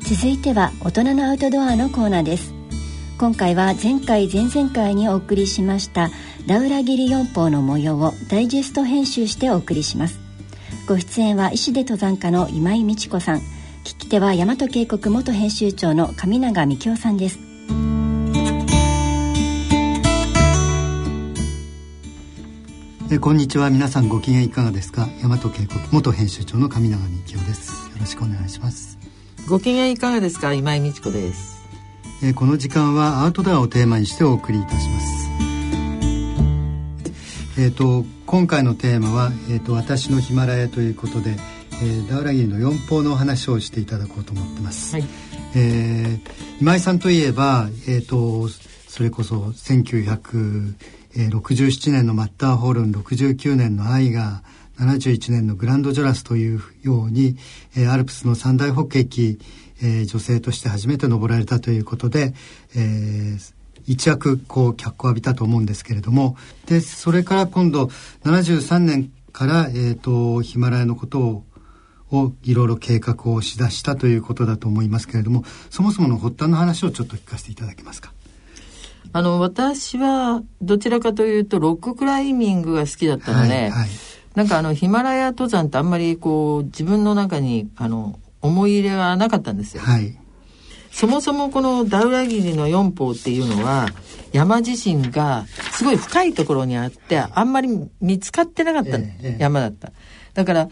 続いては大人のアウトドアのコーナーです。今回は前回前々回にお送りしましたダウラギリ四峰の模様をダイジェスト編集してお送りします。ご出演は石出登山家の今井美智子さん、聞き手は大和渓谷元編集長の上永幹夫さんです。 こんにちは。皆さんご機嫌いかがですか。大和渓谷元編集長の上永幹夫です。よろしくお願いします。 ご機嫌いかがですか。今井美智子です。 この時間はアウトドアをテーマにしてお送りいたします。今回のテーマは、私のヒマラヤということで、ダウラギリの四峰の話をしていただこうと思ってます。はい。今井さんといえば、それこそ1967年のマッターホルン、69年のアイガー、71年のグランドジョラスというように、アルプスの三大北壁、女性として初めて登られたということで、一躍脚光を浴びたと思うんですけれども、でそれから今度73年から、ヒマラヤのことをいろいろ計画をしだしたということだと思いますけれども、そもそもの発端の話をちょっと聞かせていただけますか。 私はどちらかというとロッククライミングが好きだったので、なんかヒマラヤ登山ってあんまり自分の中に思い入れはなかったんですよ。はい。そもそもこのダウラギリの四峰っていうのは山自身がすごい深いところにあってあんまり見つかってなかった山だった。だから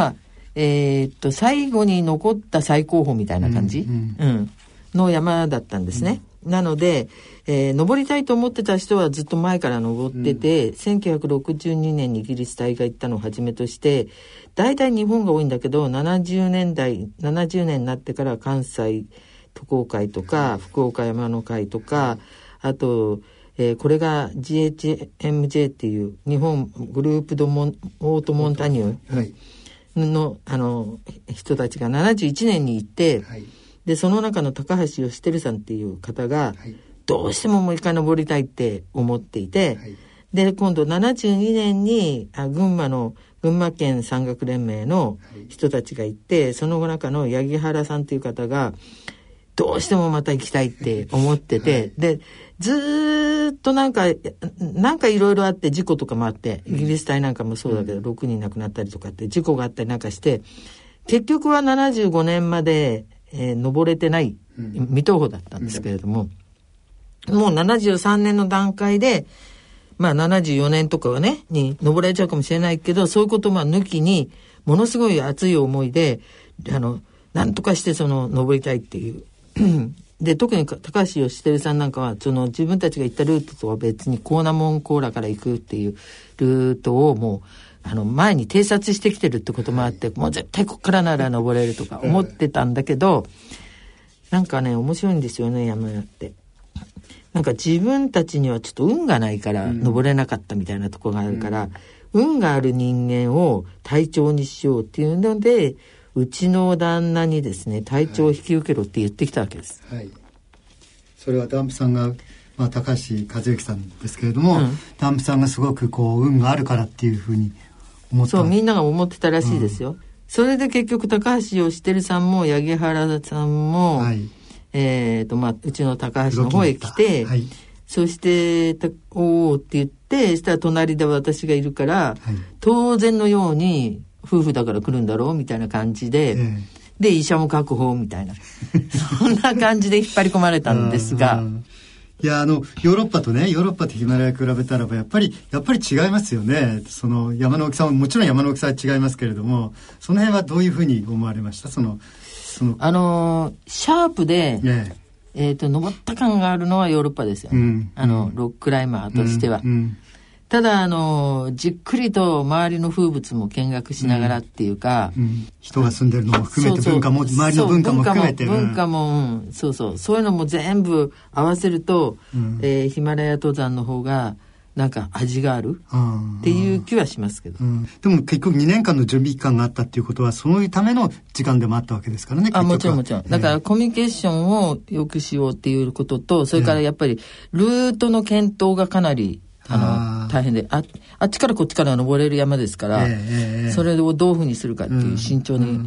最後に残った最高峰みたいな感じ、の山だったんですね。なので、登りたいと思ってた人はずっと前から登ってて、1962年にイギリス隊が行ったのをはじめとして大体日本が多いんだけど、70年になってから関西都江会とか福岡山の会とか、あと、これが GHMJ っていう日本グループドオートモンタニューの、人たちが71年に行って、でその中の高橋義輝さんっていう方が、どうしてももう一回登りたいって思っていて、で今度72年に群馬県山岳連盟の人たちが行って、その中の八木原さんという方がどうしてもまた行きたいって思ってて、でずーっとなんかいろいろあって、事故とかもあって、イギリス隊なんかもそうだけど、6人亡くなったりとかって事故があったりなんかして、結局は75年まで登れてない未踏峰だったんですけれども、もう73年の段階で74年とかはねに登られちゃうかもしれないけど、そういうことも抜きにものすごい熱い思いでなんとかして登りたいっていうで、特に高橋義輝さんなんかは自分たちが行ったルートとは別にコーナモンコーラから行くっていうルートをもう前に偵察してきてるってこともあって、もう絶対ここからなら登れるとか思ってたんだけど、なんかね面白いんですよね、山って。なんか自分たちにはちょっと運がないから登れなかったみたいなところがあるから、運がある人間を隊長にしようっていうので、うちの旦那にですね、隊長を引き受けろって言ってきたわけです。 それはダンプさんが、高橋和之さんですけれども、ダンプさんがすごく運があるからっていうふうに思った。 そう、みんなが思ってたらしいですよ。それで結局高橋義輝さんも八木原さんも、うちの高橋の方へ来て、そしておーって言って、したら隣で私がいるから、当然のように夫婦だから来るんだろうみたいな感じで、で医者も確保みたいなそんな感じで引っ張り込まれたんですが、 いやヨーロッパとヒマラヤ比べたらばやっぱり違いますよね。その山の大きさももちろん山の大きさは違いますけれども、その辺はどういうふうに思われました？シャープで、登った感があるのはヨーロッパですよ、ロッククライマーとしては、ただじっくりと周りの風物も見学しながらっていうか、 人が住んでるのも含めて、文化も周りの文化も含めて、 文化も、そういうのも全部合わせると、ヒマラヤ登山の方がなんか味があるっていう気はしますけど、 でも結局2年間の準備期間があったっていうことは、そういうための時間でもあったわけですからね。 もちろんだからコミュニケーションを良くしようっていうことと、それからやっぱりルートの検討がかなり大変で、あっちからこっちから登れる山ですから、それをどういうふうにするかっていう慎重に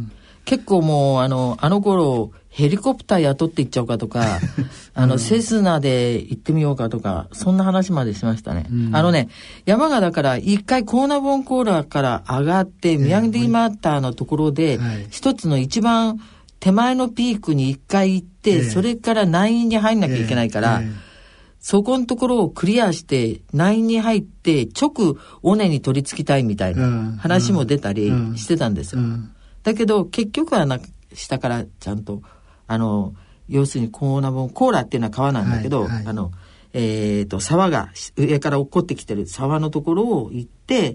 結構もうあの頃ヘリコプター雇って行っちゃおうかとかセスナで行ってみようかとか、そんな話までしましたね。山がだから一回コーナボンコーラから上がってミヤンディマッターのところで一つの一番手前のピークに一回行って、それから9に入んなきゃいけないから、そこのところをクリアして9に入って直尾根に取り付きたいみたいな話も出たりしてたんですよ。だけど結局は下からちゃんと要するにコーナボンコーラっていうのは川なんだけど、沢が上から落っこってきてる沢のところを行って、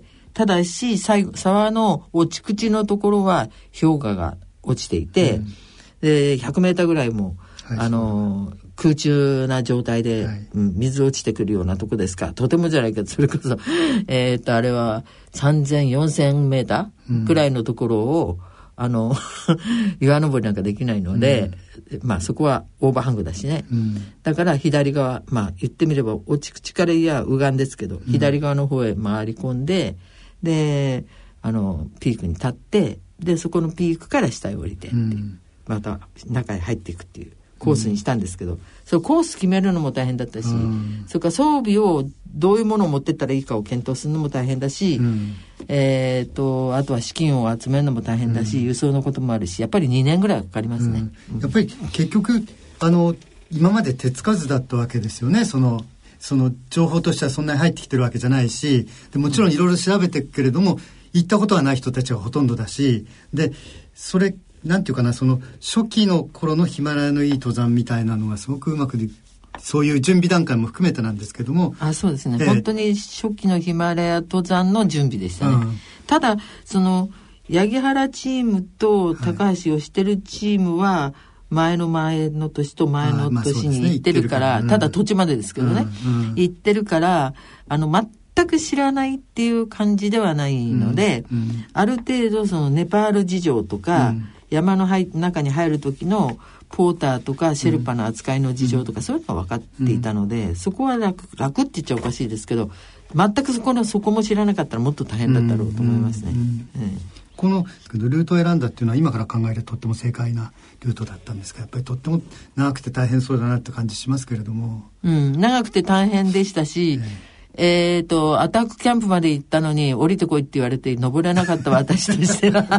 ただし沢の落ち口のところは氷河が落ちていて、で100メーターぐらいも、空中な状態で、水落ちてくるようなとこですから、とてもじゃないけど、それこそあれは3000、4000メーターぐらいのところを、岩登りなんかできないので、そこはオーバーハングだしね。だから左側、言ってみれば落ち口からいや右岸ですけど、左側の方へ回り込んで、で、ピークに立って、で、そこのピークから下へ降りて、また中へ入っていくっていうコースにしたんですけど、そのコース決めるのも大変だったし、それから装備をどういうものを持ってったらいいかを検討するのも大変だし、あとは資金を集めるのも大変だし、輸送のこともあるし、やっぱり2年ぐらいかかりますね。 やっぱり結局今まで手つかずだったわけですよね。その情報としてはそんなに入ってきてるわけじゃないし、でもちろんいろいろ調べてるけれども、行ったことはない人たちがほとんどだし、でそれなんていうかな、その初期の頃のヒマラヤのいい登山みたいなのがすごくうまくそういう準備段階も含めてなんですけども。 そうですね、本当に初期のヒマラヤ登山の準備でしたね。ただその八木原チームと高橋をしてるチームは前の年と前の年に行ってるから、ただ途中までですけどね、行ってるから全く知らないっていう感じではないので、ある程度そのネパール事情とか、山の中に入る時のポーターとかシェルパの扱いの事情とか、そういうのは分かっていたので、そこは楽って言っちゃおかしいですけど、全くそこも知らなかったらもっと大変だったろうと思いますね。 このルートを選んだっていうのは今から考えるととっても正解なルートだったんですが、やっぱりとっても長くて大変そうだなって感じしますけれども。 長くて大変でしたし、アタックキャンプまで行ったのに降りてこいって言われて登れなかった私としては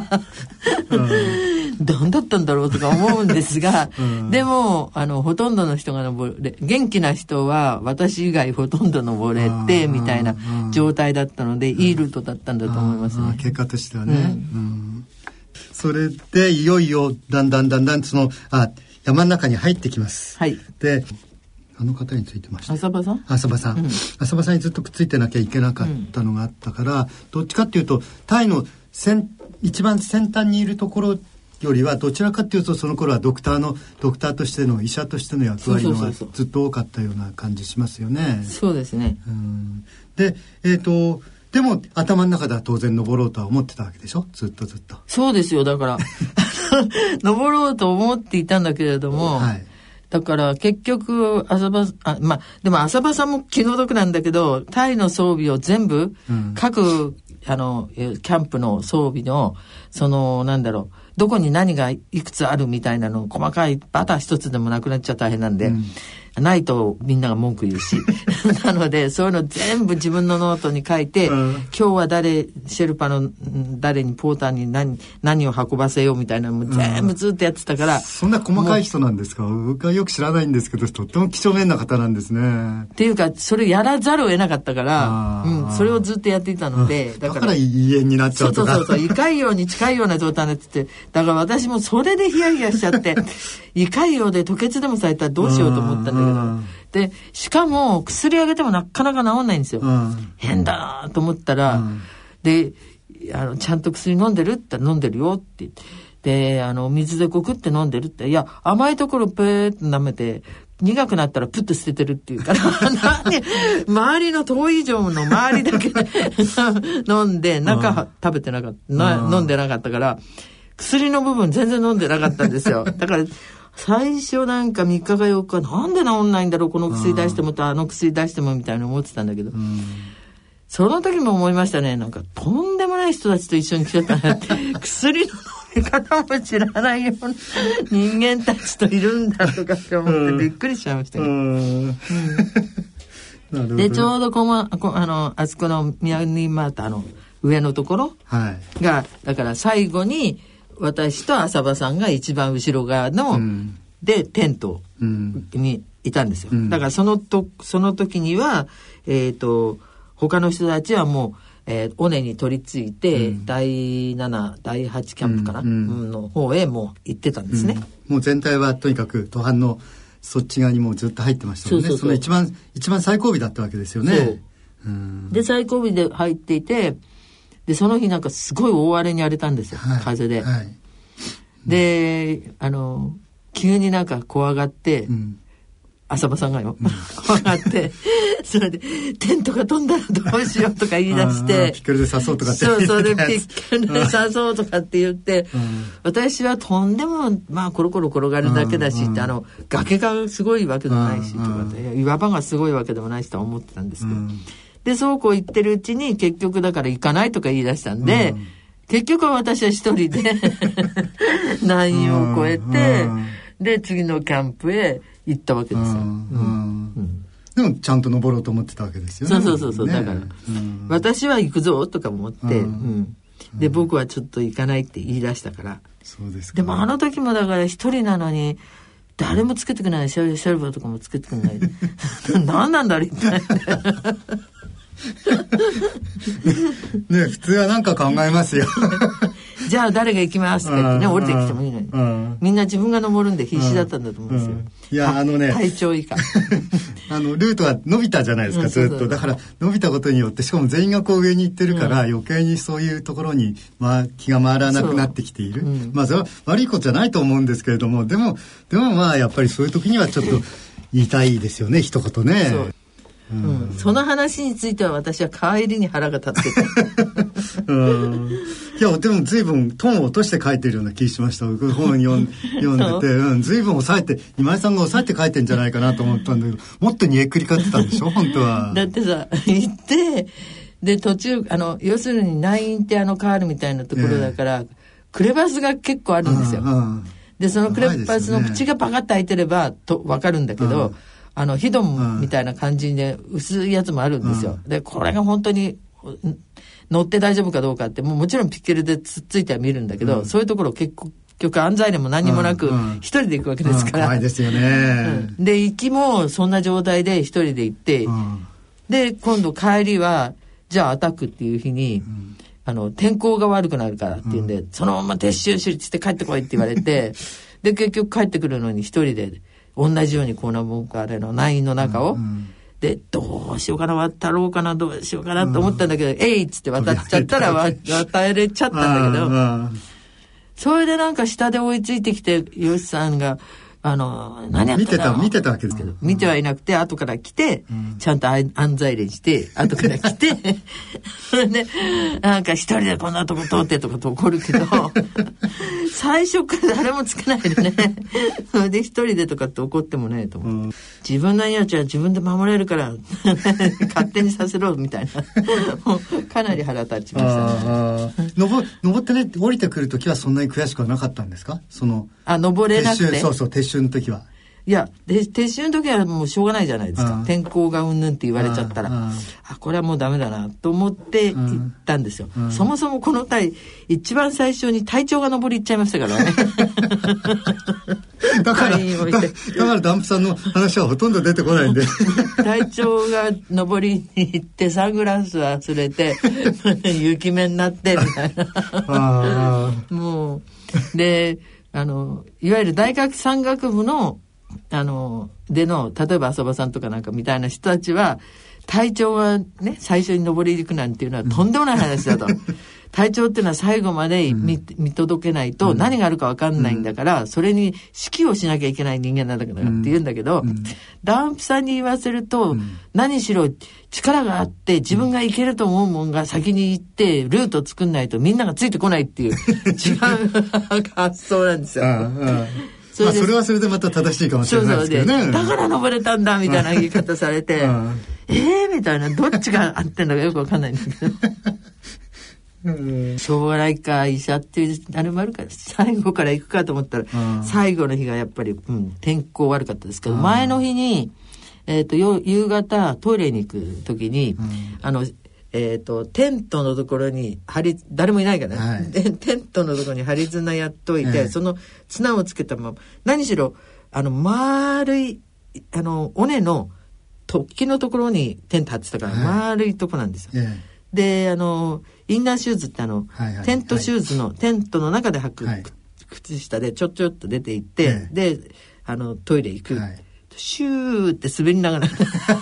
何だったんだろうとか思うんですが、でもほとんどの人が元気な人は私以外ほとんど登れてみたいな状態だったので、いいルートだったんだと思いますね。 結果としてはね。それでいよいよだんだんその山の中に入ってきます。で方についてました。浅場さん、浅場さんにずっとくっついてなきゃいけなかったのがあったから、どっちかっていうとタイの一番先端にいるところよりはどちらかっていうと、その頃はドクターとしての医者としての役割のがずっと多かったような感じしますよね。 そうですね。 ででも頭の中では当然登ろうとは思ってたわけでしょ、ずっと。 そうですよ。だから登ろうと思っていたんだけれども、だから結局でも浅場さんも気の毒なんだけど、タイの装備を全部、各キャンプの装備のどこに何がいくつあるみたいなの細かいバター一つでもなくなっちゃ大変なんで、ないとみんなが文句言うしなのでそういうの全部自分のノートに書いて、今日はシェルパの誰にポーターに何を運ばせようみたいなのも全部ずっとやってたから、 そんな細かい人なんですか。僕はよく知らないんですけど、とっても几帳面な方なんですね。 っていうかそれやらざるを得なかったから、それをずっとやっていたので、 だから胃炎になっちゃうとか。 そう胃潰瘍に近いような状態になってて、だから私もそれでヒヤヒヤしちゃって胃潰瘍で吐血でもされたらどうしようと思ったんだけど、でしかも薬あげてもなかなか治んないんですよ。変だなと思ったら、でちゃんと薬飲んでるって飲んでるよって言って、で水でごくって飲んでるって、いや甘いところペーって舐めて苦くなったらプッと捨ててるっていうから周りの遠い以上の周りだけで飲んで中食べてなかった飲んでなかったから、薬の部分全然飲んでなかったんですよ。だから最初なんか3日か4日なんで治んないんだろう、この薬出してもと薬出してもみたいな思ってたんだけど、 その時も思いましたね。なんかとんでもない人たちと一緒に来ちゃったなって薬の飲み方も知らないような人間たちといるんだとかって思ってびっくりしちゃいましたけど、でちょうどあそこのミヤニマータの上のところが、だから最後に私と浅場さんが一番後ろ側の、でテントにいたんですよ。だからその時には他の人たちはもう、尾根に取り付いて、第7第8キャンプかな、の方へもう行ってたんですね。 もう全体はとにかく途半のそっち側にもうずっと入ってましたもんね。その一番最後尾だったわけですよね。 で最後尾で入っていて、でその日なんかすごい大荒れに荒れたんですよ、風で、で急になんか怖がって、浅場さんがよ、怖がってそれでテントが飛んだらどうしようとか言い出してピッケルで刺そうとかってそうでピッケルで刺そうとかって言って、私はとんでもコロコロ転がるだけだしって、崖がすごいわけでもないしとか岩場がすごいわけでもないしとは思ってたんですけど、でそうこう言ってるうちに結局だから行かないとか言い出したんで、結局は私は一人で南院を越えて、で次のキャンプへ行ったわけですよ。 でもちゃんと登ろうと思ってたわけですよね。 そう、だから、私は行くぞとか思って、で僕はちょっと行かないって言い出したから。 そうですか。 でもあの時もだから一人なのに誰もつけてくれない、シェルバーとかもつけてくれない何なんだろう一体ね、普通はなんか考えますよじゃあ誰が行きますかってね、降りてきてもいいのに、みんな自分が登るんで必死だったんだと思うんですよ。 いや体調以下ルートは伸びたじゃないですか、ずっと。だから伸びたことによってしかも全員がこう上に行ってるから、余計にそういうところに気が回らなくなってきている。それは悪いことじゃないと思うんですけれども、でもやっぱりそういう時にはちょっと言いたいですよね、一言ね。その話については私は帰りに腹が立ってたいやでも随分トーンを落として書いてるような気しました。僕本読んでて、随分抑えて、今井さんが抑えて書いてんじゃないかなと思ったんだけど、もっと煮えくり返ってたんでしょ本当は。 だってさ行ってで途中要するに南院ってカールみたいなところだから、クレバスが結構あるんですよ。でそのクレバスの口がパカッと開いてれば分かるんだけど、ヒドンみたいな感じで薄いやつもあるんですよ。でこれが本当に乗って大丈夫かどうかってもちろんピッケルでつっついては見るんだけど、そういうところ結局安材料も何もなく一人で行くわけですから、 怖いですよね。 で行きもそんな状態で一人で行って、で今度帰りはじゃあアタックっていう日に、天候が悪くなるからっていうんで、そのまま撤収して帰ってこいって言われてで結局帰ってくるのに一人で同じようにこんなもんかあれの南院の中を、でどうしようかな渡ろうかなどうしようかなと思ったんだけど、えいっつって渡っちゃったら渡れちゃったんだけど、それでなんか下で追いついてきてヨシさんが何やってたの見てたわけですけど、 見てはいなくて後から来て、ちゃんと安材料して後から来てでなんか一人でこんなとこ通ってとかと怒るけど最初から誰もつけないでねそれで一人でとかって怒ってもねと思って、自分の命は自分で守れるから勝手にさせろみたいなもうかなり腹立ちましたね。 登ってね降りてくるときはそんなに悔しくはなかったんですか？ 登れなくて、 そう撤収の時は。 いや撤収の時はもうしょうがないじゃないですか。天候がうんぬんって言われちゃったらこれはもうダメだなと思って行ったんですよ。そもそもこの隊一番最初に隊長が登り行っちゃいましたからねだからダンプさんの話はほとんど出てこないんで隊長が登りに行ってサングラス忘れて雪目になってみたいなもうでいわゆる大学山岳部のでの例えば浅場さんとかなんかみたいな人たちは隊長がね最初に登りに行くなんていうのはとんでもない話だと隊長っていうのは最後まで見届けないと何があるか分かんないんだから、それに指揮をしなきゃいけない人間なんだからって言うんだけど、ダンプさんに言わせると、何しろ力があって自分が行けると思うもんが先に行ってルート作んないとみんながついてこないっていう違う発想なんですよ。 それはそれでまた正しいかもしれないですけどね。 だから登れたんだみたいな言い方されてみたいな、どっちが合ってんのかよくわかんないんだけどしょうがないか、医者っていうあれもあるから最後から行くかと思ったら、最後の日がやっぱり、天候悪かったですけど、前の日に、夕方トイレに行く時に、テントのところに誰もいないからね、はい、でテントのところに針綱やっといて、その綱をつけたまま、何しろ丸い尾根の突起のところにテント張ってたから、丸いとこなんですよ、でインナーシューズってテントシューズの、テントの中で履く、靴下でちょっと出て行って、でトイレ行く、シューって滑りながら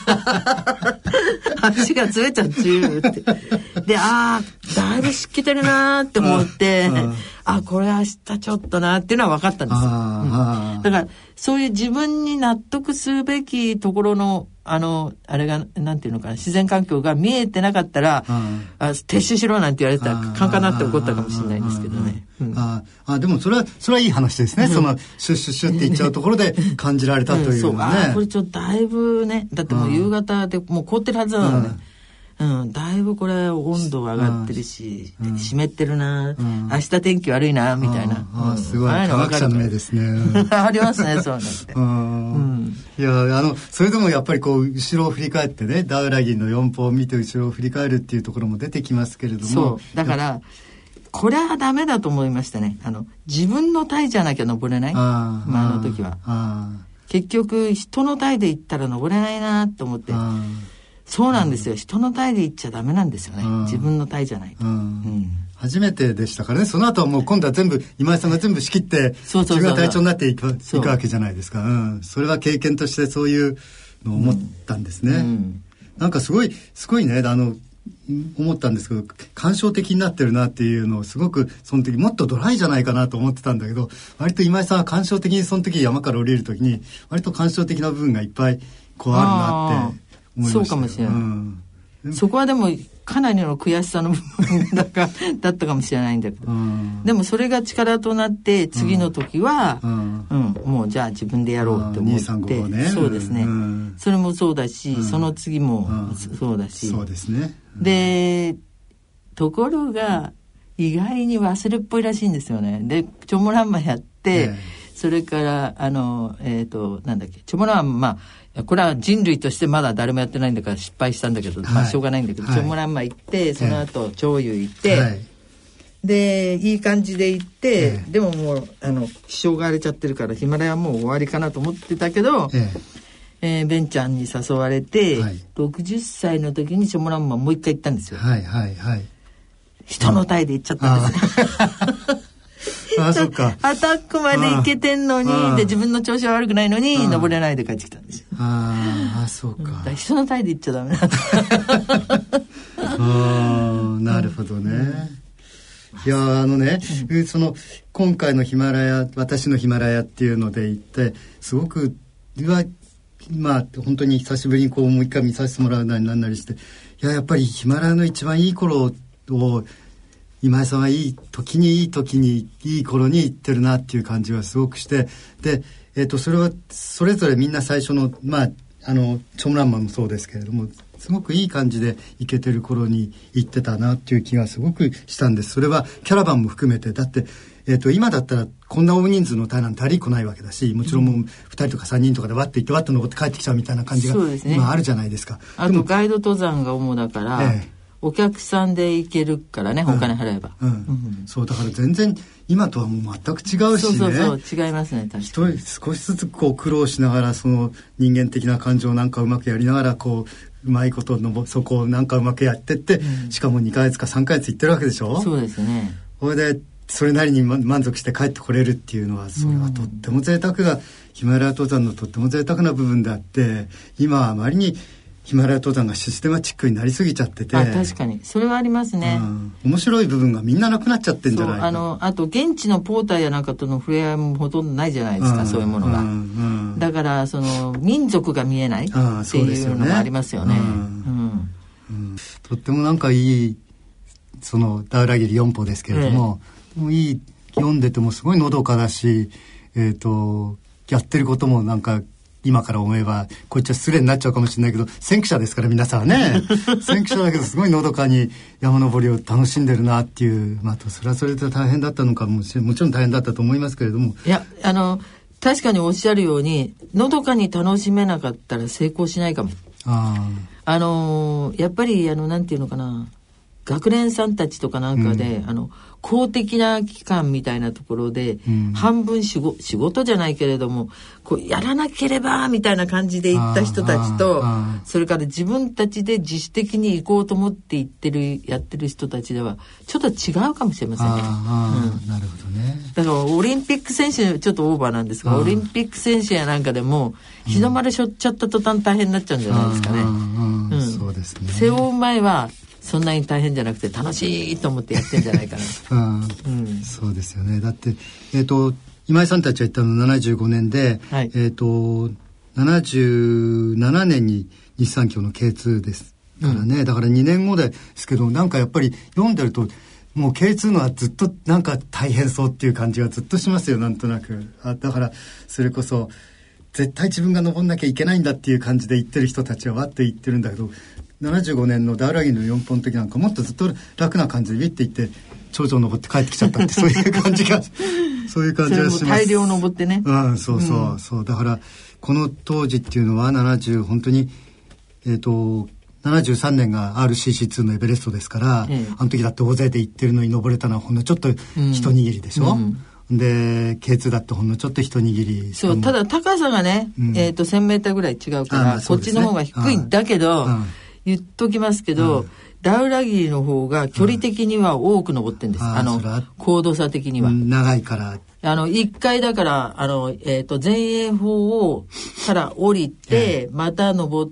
足がずれちゃう、シューってで、だいぶ湿気てるなーって思ってこれ明日ちょっとなーっていうのは分かったんですよ、だからそういう自分に納得するべきところのあれがなんていうのかな、自然環境が見えてなかったら、撤収しろなんて言われたらカンカンなって怒ったかもしれないんですけどね。 でもそれはいい話ですね。そのシュッシュッシュッって言っちゃうところで感じられたというのはね。 これちょっとだいぶね、だってもう夕方でもう凍ってるはずなのね。だいぶこれ温度が上がってるし、湿ってるな、明日天気悪いなみたいな、 すごい科学者の目ですね。 ありますね、そうなんて。 いや、それでもやっぱりこう後ろを振り返ってね、ダウラギの4歩を見て後ろを振り返るっていうところも出てきますけれども、 そうだからこれはダメだと思いましたね。自分の体じゃなきゃ登れない、あの時は。結局人の体で行ったら登れないなと思って。そうなんですよ、人の体で行っちゃダメなんですよね、自分の体じゃないと。 初めてでしたからね。その後はもう今度は全部今井さんが全部仕切って自分が隊長になっていくわけじゃないですか。それは経験としてそういうのを思ったんですね。なんかすごいね、思ったんですけど、感傷的になってるなっていうのをすごくその時もっとドライじゃないかなと思ってたんだけど、割と今井さんは感傷的にその時山から降りる時に割と感傷的な部分がいっぱいこうあるなってそうかもしれない、そこはでもかなりの悔しさの部分だったかもしれないんだけど、でもそれが力となって次の時は、もうじゃあ自分でやろうって思って、 ね、 そうですね、それもそうだし、その次もそうだし、 そうですね、 でところが意外に忘れっぽいらしいんですよね。でチョモランマやって、それからなんだっけ、チョモランマ、これは人類としてまだ誰もやってないんだから失敗したんだけど、しょうがないんだけど、チョモランマ行って、その後長湯行って、でいい感じで行って、でももう気象が荒れちゃってるからヒマラヤはもう終わりかなと思ってたけど、ベンちゃんに誘われて、60歳の時にチョモランマもう一回行ったんですよ。人の体で行っちゃったんですね。 そっか、 アタックまで行けてんのに、で自分の調子は悪くないのに登れないで帰ってきたんですよ。 そうか、 人の体で行っちゃダメなんだ。なるほどね。いやその今回のヒマラヤ、私のヒマラヤっていうので行ってすごく本当に久しぶりにこうもう一回見させてもらうなりなんなりして、やっぱりヒマラヤの一番いい頃を今井さんはいい時にいい頃に行ってるなっていう感じがすごくして、で、それはそれぞれみんな最初のチョムランマもそうですけれども、すごくいい感じで行けてる頃に行ってたなっていう気がすごくしたんです。それはキャラバンも含めて、だって、今だったらこんな大人数の隊なんてありこないわけだし、もちろんもう2人とか3人とかでワッと行ってワッと登って帰ってきちゃうみたいな感じが今あるじゃないですか。 あとガイド登山が主だから、お客さんで行けるからね、お金払えば、 そうだから全然今とはもう全く違うしね。 そう違いますね。確かに少しずつこう苦労しながら、その人間的な感情なんかうまくやりながら、こううまいことのそこをなんかうまくやってって、しかも2ヶ月か3ヶ月行ってるわけでしょ。 そうですね。 それでそれなりに満足して帰ってこれるっていうのは、それはとっても贅沢が、ヒマラヤ登山のとっても贅沢な部分であって、今はあまりにヒマラヤ登山がシステマチックになりすぎちゃってて、 確かにそれはありますね、 面白い部分がみんななくなっちゃってんじゃないか。 あと現地のポーターやなんかとの触れ合いもほとんどないじゃないですか、そういうものが、だからその民族が見えないっていうのもありますよね。 とってもなんかいい、そのダウラギリ4歩ですけれども、いい、読んでてもすごいのどかだし、やってることもなんか今から思えばこっちは失礼になっちゃうかもしれないけど、先駆者ですから皆さんはね先駆者だけどすごいのどかに山登りを楽しんでるなっていう、それはそれで大変だったのかもちろん大変だったと思いますけれども、 いや確かにおっしゃるようにのどかに楽しめなかったら成功しないかも。やっぱりなんていうのかな、学連さんたちとかなんかで、公的な機関みたいなところで、半分仕事じゃないけれどもこうやらなければみたいな感じで行った人たちと、それから自分たちで自主的に行こうと思ってやってる人たちではちょっと違うかもしれませんね。 なるほどね。 だからオリンピック選手ちょっとオーバーなんですが、オリンピック選手やなんかでも日の丸しょっちゃった途端大変になっちゃうんじゃないですかね。 そうですね。 背負う前はそんなに大変じゃなくて楽しいと思ってやってんじゃないかな。 そうですよね。だって今井さんたちが言ったの75年で、77年に日産共の K2 ですからね、だから2年後ですけど、なんかやっぱり読んでるともう K2 のはずっとなんか大変そうっていう感じがずっとしますよ、なんとなく。だからそれこそ絶対自分が登んなきゃいけないんだっていう感じで言ってる人たちはわって言ってるんだけど、75年のダウラギの4本の時なんかもっとずっと楽な感じでビッて行って頂上登って帰ってきちゃったってそういう感じがそういう感じがします。 大量登ってね。 そうだからこの当時っていうのは本当に73年が RCC2 のエベレストですから、あの時だって大勢で行ってるのに登れたのはほんのちょっと一握りでしょ、で K2 だってほんのちょっと一握り。 そう、ただ高さがね、1000メーターぐらい違うから、こっちの方が低いんだけど、言っときますけど、ダウラギリの方が距離的には多く登ってんです。高度差的には。 長いから。 一回だから、前衛峰から降りて、また登って、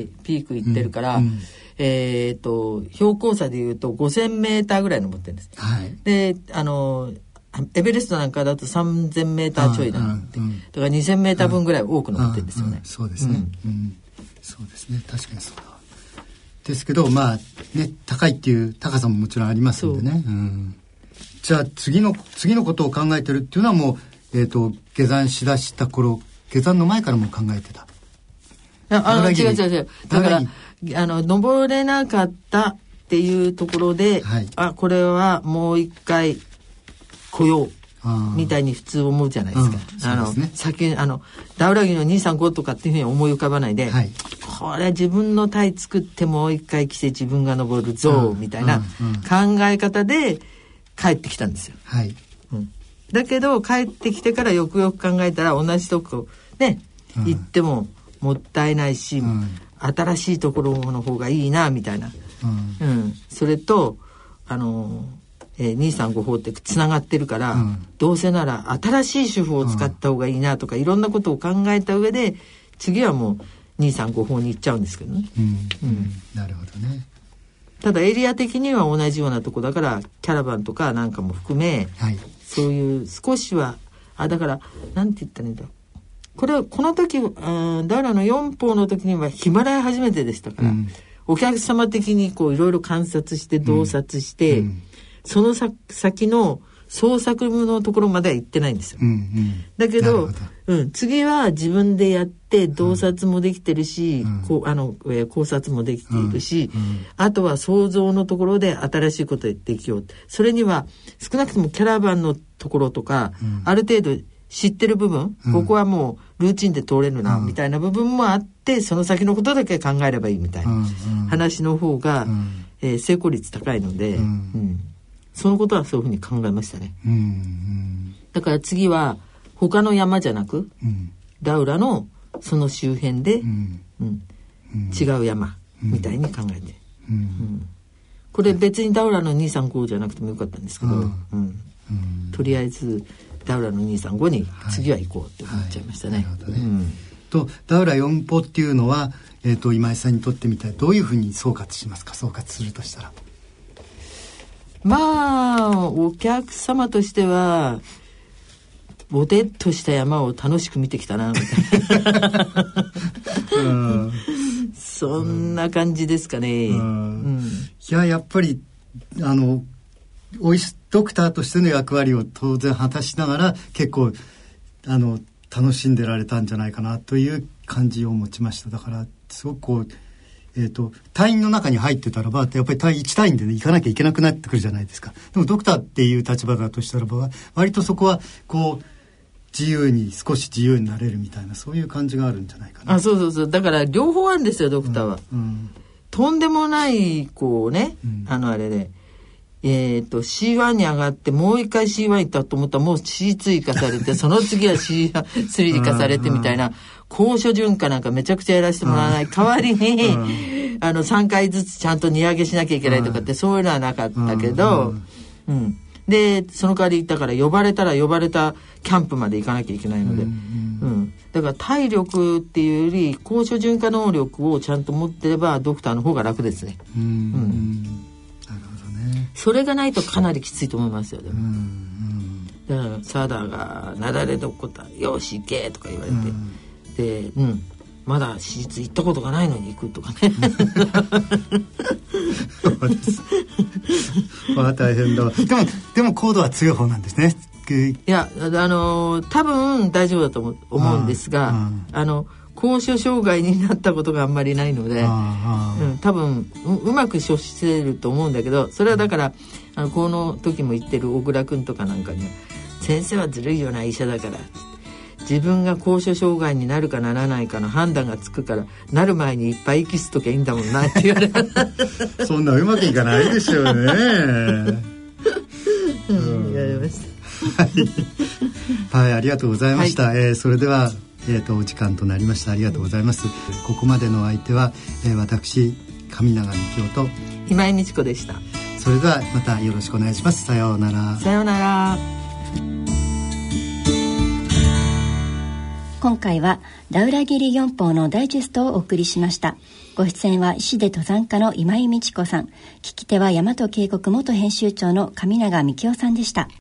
ピーク行ってるから、標高差で言うと5000メーターぐらい登ってるんです。で、エベレストなんかだと3000メーターちょいなんで、だから2000メーター分ぐらい多く登ってるんですよね。 そうですね。そうですね。確かにそうだ。ですけど高いっていう高さももちろんありますんでね。じゃあ次のことを考えてるっていうのはもう下山しだした頃、下山の前からも考えてた。 違う。だから登れなかったっていうところで、これはもう一回来ようみたいに普通思うじゃないですか。先ダウラギの235とかっていうふうに思い浮かばないで、これ自分の隊作ってもう一回来て自分が登るぞみたいな考え方で帰ってきたんですよ。だけど帰ってきてからよくよく考えたら同じとこね、行ってももったいないし、新しいところの方がいいなみたいな、それと235法ってつながってるから、どうせなら新しい手法を使った方がいいなとか、いろんなことを考えた上で次はもう235法に行っちゃうんですけどね。 なるほどね。 ただエリア的には同じようなとこだから、キャラバンとかなんかも含め、そういう少しはだからなんて言ったらいいんだろう、この時ダウラの4峰の時にはヒマラヤ初めてでしたから、お客様的にこういろいろ観察して洞察して、その先の創作のところまでは行ってないんですよ。だけど、次は自分でやって洞察もできてるし、考察もできているし、あとは想像のところで新しいことできよう。それには少なくともキャラバンのところとか、ある程度知ってる部分、ここはもうルーチンで通れるな、みたいな部分もあって、その先のことだけ考えればいいみたいな話の方が、成功率高いので、そのことはそういうふうに考えましたね。だから次は他の山じゃなく、ダウラのその周辺で、違う山みたいに考えて、これ別にダウラの235じゃなくてもよかったんですけど、とりあえずダウラの235に次は行こうって思っちゃいましたね。 とダウラ4峰っていうのは、今井さんにとってみたらどういうふうに総括しますか？総括するとしたら。 お客様としてはボテッとした山を楽しく見てきたなみたいなそんな感じですかね。いや、やっぱりドクターとしての役割を当然果たしながら、結構楽しんでられたんじゃないかなという感じを持ちました。だからすごくこう、隊員の中に入ってたらばやっぱり1隊員で、ね、行かなきゃいけなくなってくるじゃないですか。でもドクターっていう立場だとしたらば割とそこはこう少し自由になれるみたいな、そういう感じがあるんじゃないかな。 そうだから両方あるんですよ、ドクターは。とんでもないこうね、あれでC1 に上がってもう一回 C1 行ったと思ったらもう C2 行かされてその次は C3 行かされてみたいな高所順化なんかめちゃくちゃやらせてもらわない代わりに3回ずつちゃんと荷上げしなきゃいけないとかってそういうのはなかったけど、でその代わりだから呼ばれたキャンプまで行かなきゃいけないので、だから体力っていうより高所順化能力をちゃんと持ってればドクターの方が楽ですね。それがないとかなりきついと思いますよ。でもだからサーダーがなだれどこだよし行けとか言われて、でまだ手術行ったことがないのに行くとかねそうです大変だ。でも高度は強い方なんですね。 いや多分大丈夫だと思うんですが、高所障害になったことがあんまりないので、多分 うまく処置せると思うんだけど、それはだからこの時も言ってる小倉君とかなんかには先生はずるいよな医者だから自分が高所障害になるかならないかの判断がつくからなる前にいっぱい息吸っときゃいいんだもんなって言われたそんなうまくいかないでしょうね言われましたはい、ありがとうございました、それではお時間となりました。ありがとうございます。ここまでの相手は、私上永幹夫と今井美智子でした。 それではまたよろしくお願いします。さようなら。 さようなら。 今回はダウラギリ4法のダイジェストをお送りしました。ご出演は医師で登山家の今井美智子さん、聞き手は大和渓谷元編集長の上永幹夫さんでした。